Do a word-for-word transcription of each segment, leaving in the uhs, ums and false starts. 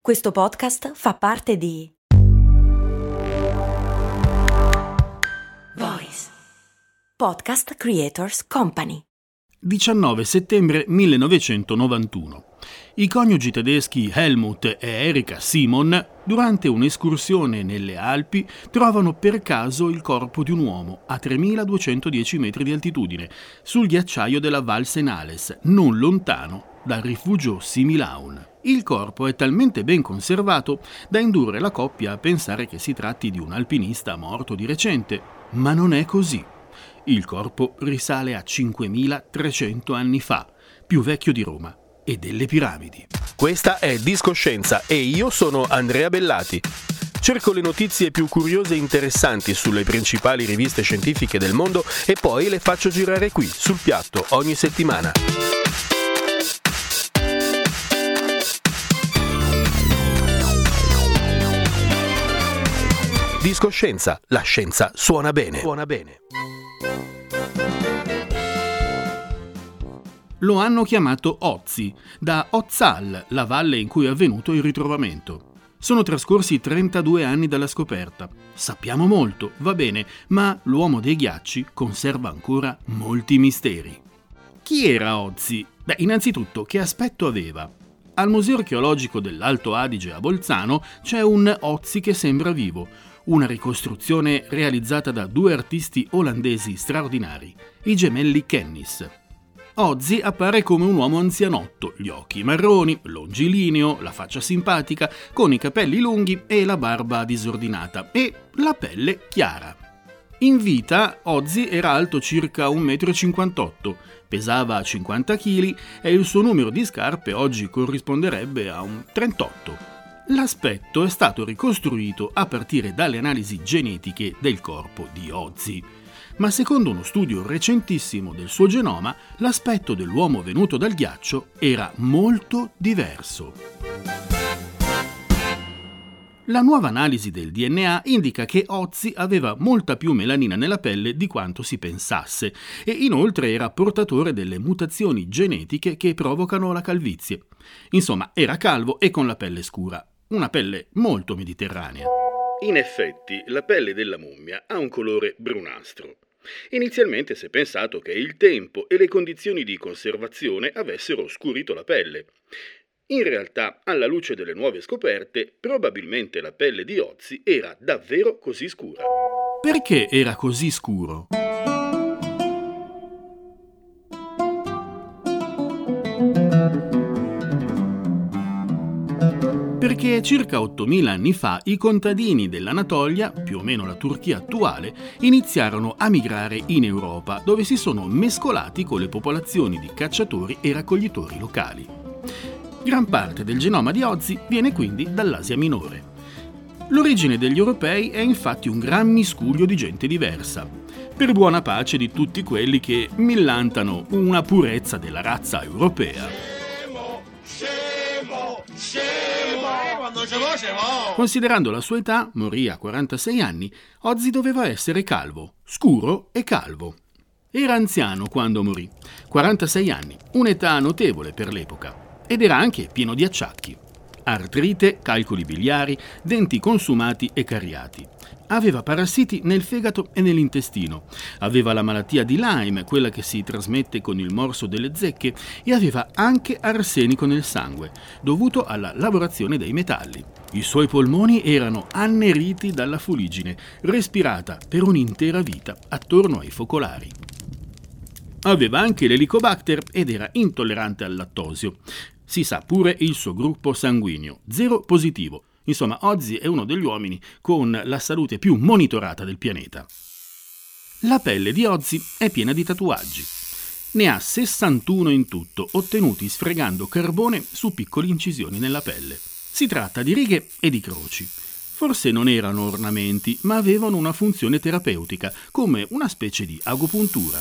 Questo podcast fa parte di Voice Podcast Creators Company. diciannove settembre millenovecentonovantuno. I coniugi tedeschi Helmut e Erika Simon, durante un'escursione nelle Alpi, trovano per caso il corpo di un uomo a tremiladuecentodieci metri di altitudine, sul ghiacciaio della Val Senales, non lontano dal rifugio Similaun. Il corpo è talmente ben conservato da indurre la coppia a pensare che si tratti di un alpinista morto di recente, ma non è così. Il corpo risale a cinquemilatrecento anni fa, più vecchio di Roma e delle piramidi. Questa è Discoscienza e io sono Andrea Bellati. Cerco le notizie più curiose e interessanti sulle principali riviste scientifiche del mondo e poi le faccio girare qui, sul piatto, ogni settimana. Discoscienza, la scienza suona bene. Suona bene. Lo hanno chiamato Ötzi, da Ötztal, la valle in cui è avvenuto il ritrovamento. Sono trascorsi trentadue anni dalla scoperta. Sappiamo molto, va bene, ma l'uomo dei ghiacci conserva ancora molti misteri. Chi era Ötzi? Beh, innanzitutto, che aspetto aveva? Al Museo archeologico dell'Alto Adige a Bolzano c'è un Ötzi che sembra vivo, una ricostruzione realizzata da due artisti olandesi straordinari, i gemelli Kennis. Ötzi appare come un uomo anzianotto, gli occhi marroni, longilineo, la faccia simpatica, con i capelli lunghi e la barba disordinata e la pelle chiara. In vita Ötzi era alto circa un metro e cinquantotto, pesava cinquanta chili e il suo numero di scarpe oggi corrisponderebbe a un trentotto. L'aspetto è stato ricostruito a partire dalle analisi genetiche del corpo di Ötzi. Ma secondo uno studio recentissimo del suo genoma, l'aspetto dell'uomo venuto dal ghiaccio era molto diverso. La nuova analisi del D N A indica che Ötzi aveva molta più melanina nella pelle di quanto si pensasse e inoltre era portatore delle mutazioni genetiche che provocano la calvizie. Insomma, era calvo e con la pelle scura, una pelle molto mediterranea. In effetti, la pelle della mummia ha un colore brunastro. Inizialmente si è pensato che il tempo e le condizioni di conservazione avessero oscurito la pelle. In realtà, alla luce delle nuove scoperte, probabilmente la pelle di Ötzi era davvero così scura. Perché era così scuro? Perché circa ottomila anni fa i contadini dell'Anatolia, più o meno la Turchia attuale, iniziarono a migrare in Europa, dove si sono mescolati con le popolazioni di cacciatori e raccoglitori locali. Gran parte del genoma di Ötzi viene quindi dall'Asia Minore. L'origine degli europei è infatti un gran miscuglio di gente diversa, per buona pace di tutti quelli che millantano una purezza della razza europea. Scemo, scemo, scemo. Quando ce l'ho, ce l'ho. Considerando la sua età, morì a quarantasei anni, Ötzi doveva essere calvo, scuro e calvo. Era anziano quando morì, quarantasei anni, un'età notevole per l'epoca, ed era anche pieno di acciacchi. Artrite, calcoli biliari, denti consumati e cariati. Aveva parassiti nel fegato e nell'intestino. Aveva la malattia di Lyme, quella che si trasmette con il morso delle zecche, e aveva anche arsenico nel sangue, dovuto alla lavorazione dei metalli. I suoi polmoni erano anneriti dalla fuliggine, respirata per un'intera vita attorno ai focolari. Aveva anche l'Helicobacter ed era intollerante al lattosio. Si sa pure il suo gruppo sanguigno, zero positivo. Insomma, Ötzi è uno degli uomini con la salute più monitorata del pianeta. La pelle di Ötzi è piena di tatuaggi. Ne ha sessantuno in tutto, ottenuti sfregando carbone su piccole incisioni nella pelle. Si tratta di righe e di croci. Forse non erano ornamenti, ma avevano una funzione terapeutica, come una specie di agopuntura.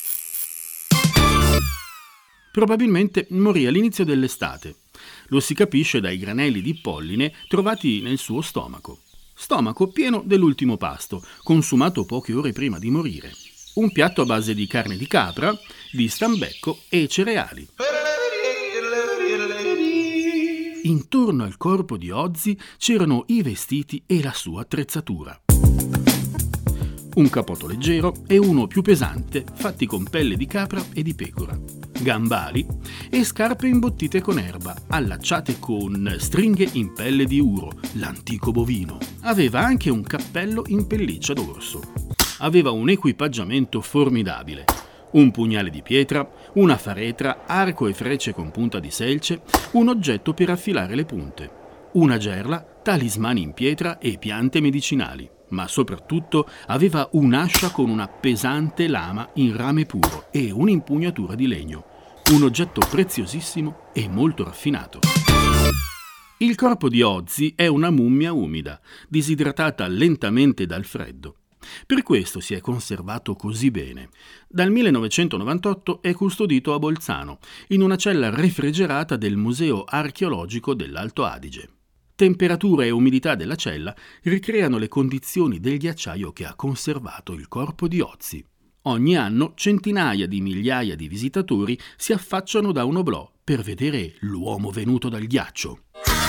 Probabilmente morì all'inizio dell'estate. Lo si capisce dai granelli di polline trovati nel suo stomaco. Stomaco pieno dell'ultimo pasto, consumato poche ore prima di morire. Un piatto a base di carne di capra, di stambecco e cereali. Intorno al corpo di Ozzy c'erano i vestiti e la sua attrezzatura. Un cappotto leggero e uno più pesante, fatti con pelle di capra e di pecora, gambali e scarpe imbottite con erba, allacciate con stringhe in pelle di uro, l'antico bovino. Aveva anche un cappello in pelliccia d'orso. Aveva un equipaggiamento formidabile. Un pugnale di pietra, una faretra, arco e frecce con punta di selce, un oggetto per affilare le punte, una gerla, talismani in pietra e piante medicinali, ma soprattutto aveva un'ascia con una pesante lama in rame puro e un'impugnatura di legno, un oggetto preziosissimo e molto raffinato. Il corpo di Ozzy è una mummia umida, disidratata lentamente dal freddo. Per questo si è conservato così bene. Dal millenovecentonovantotto è custodito a Bolzano, in una cella refrigerata del Museo Archeologico dell'Alto Adige. Temperatura e umidità della cella ricreano le condizioni del ghiacciaio che ha conservato il corpo di Ozzy. Ogni anno centinaia di migliaia di visitatori si affacciano da un oblò per vedere l'uomo venuto dal ghiaccio.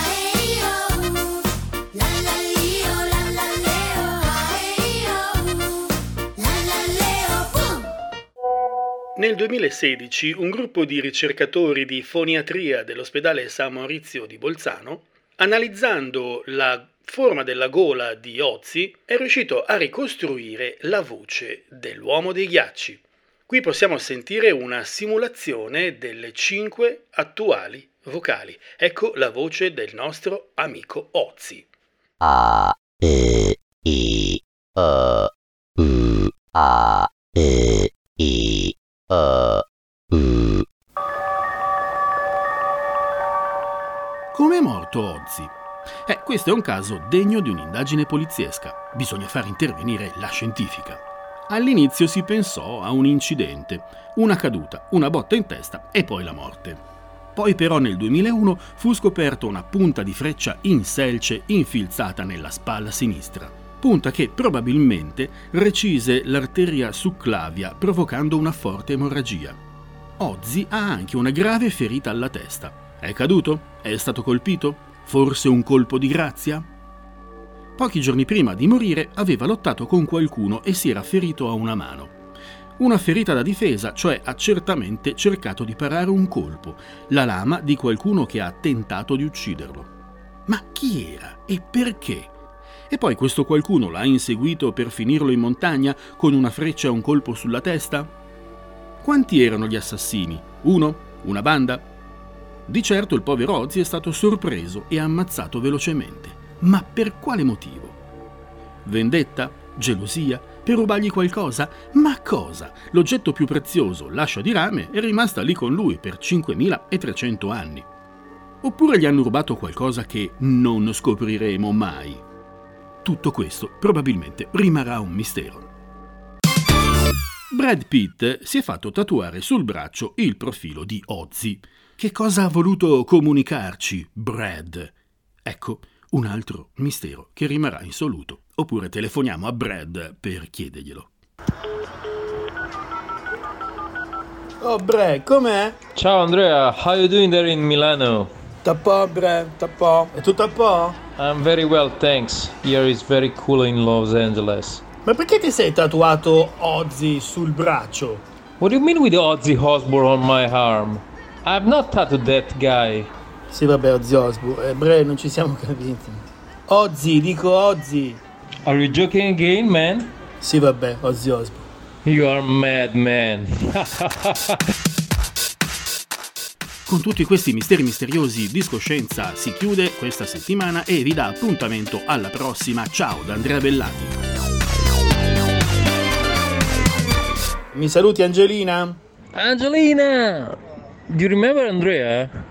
Nel duemilasedici un gruppo di ricercatori di foniatria dell'ospedale San Maurizio di Bolzano, analizzando la forma della gola di Ozzy, è riuscito a ricostruire la voce dell'uomo dei ghiacci. Qui possiamo sentire una simulazione delle cinque attuali vocali. Ecco la voce del nostro amico Ozzy. A, E, I, O, U, A, E, I, O, U. Come è morto Ozzy? Eh, questo è un caso degno di un'indagine poliziesca. Bisogna far intervenire la scientifica. All'inizio si pensò a un incidente, una caduta, una botta in testa e poi la morte. Poi però nel duemilauno fu scoperto una punta di freccia in selce infilzata nella spalla sinistra. Punta che probabilmente recise l'arteria succlavia provocando una forte emorragia. Ozzy ha anche una grave ferita alla testa. È caduto? È stato colpito? Forse un colpo di grazia? Pochi giorni prima di morire aveva lottato con qualcuno e si era ferito a una mano. Una ferita da difesa, cioè ha certamente cercato di parare un colpo, la lama di qualcuno che ha tentato di ucciderlo. Ma chi era e perché? E poi questo qualcuno l'ha inseguito per finirlo in montagna con una freccia e un colpo sulla testa? Quanti erano gli assassini? Uno? Una banda? Di certo il povero Ozzy è stato sorpreso e ammazzato velocemente. Ma per quale motivo? Vendetta? Gelosia? Per rubargli qualcosa? Ma cosa? L'oggetto più prezioso, l'ascia di rame, è rimasta lì con lui per cinquemilatrecento anni. Oppure gli hanno rubato qualcosa che non scopriremo mai? Tutto questo probabilmente rimarrà un mistero. Brad Pitt si è fatto tatuare sul braccio il profilo di Ozzy. Che cosa ha voluto comunicarci Brad? Ecco, un altro mistero che rimarrà insoluto. Oppure telefoniamo a Brad per chiederglielo. Oh Brad, com'è? Ciao Andrea, how you doing there in Milano? Tappo Brad, tappo. È tutto a po'? I'm very well, thanks. Here is very cool in Los Angeles. Ma perché ti sei tatuato Ozzy sul braccio? What do you mean with Ozzy Osbourne on my arm? I've not tattooed that guy. Sì vabbè, Ozzy Osbourne, eh, Brad, non ci siamo capiti. Ozzy, dico Ozzy. Are you joking again, man? Sì vabbè, Ozzy Osbourne. You are mad, man. Con tutti questi misteri misteriosi Discoscienza si chiude questa settimana e vi dà appuntamento alla prossima. Ciao da Andrea Bellati. Mi saluti Angelina? Angelina! Do you remember Andrea?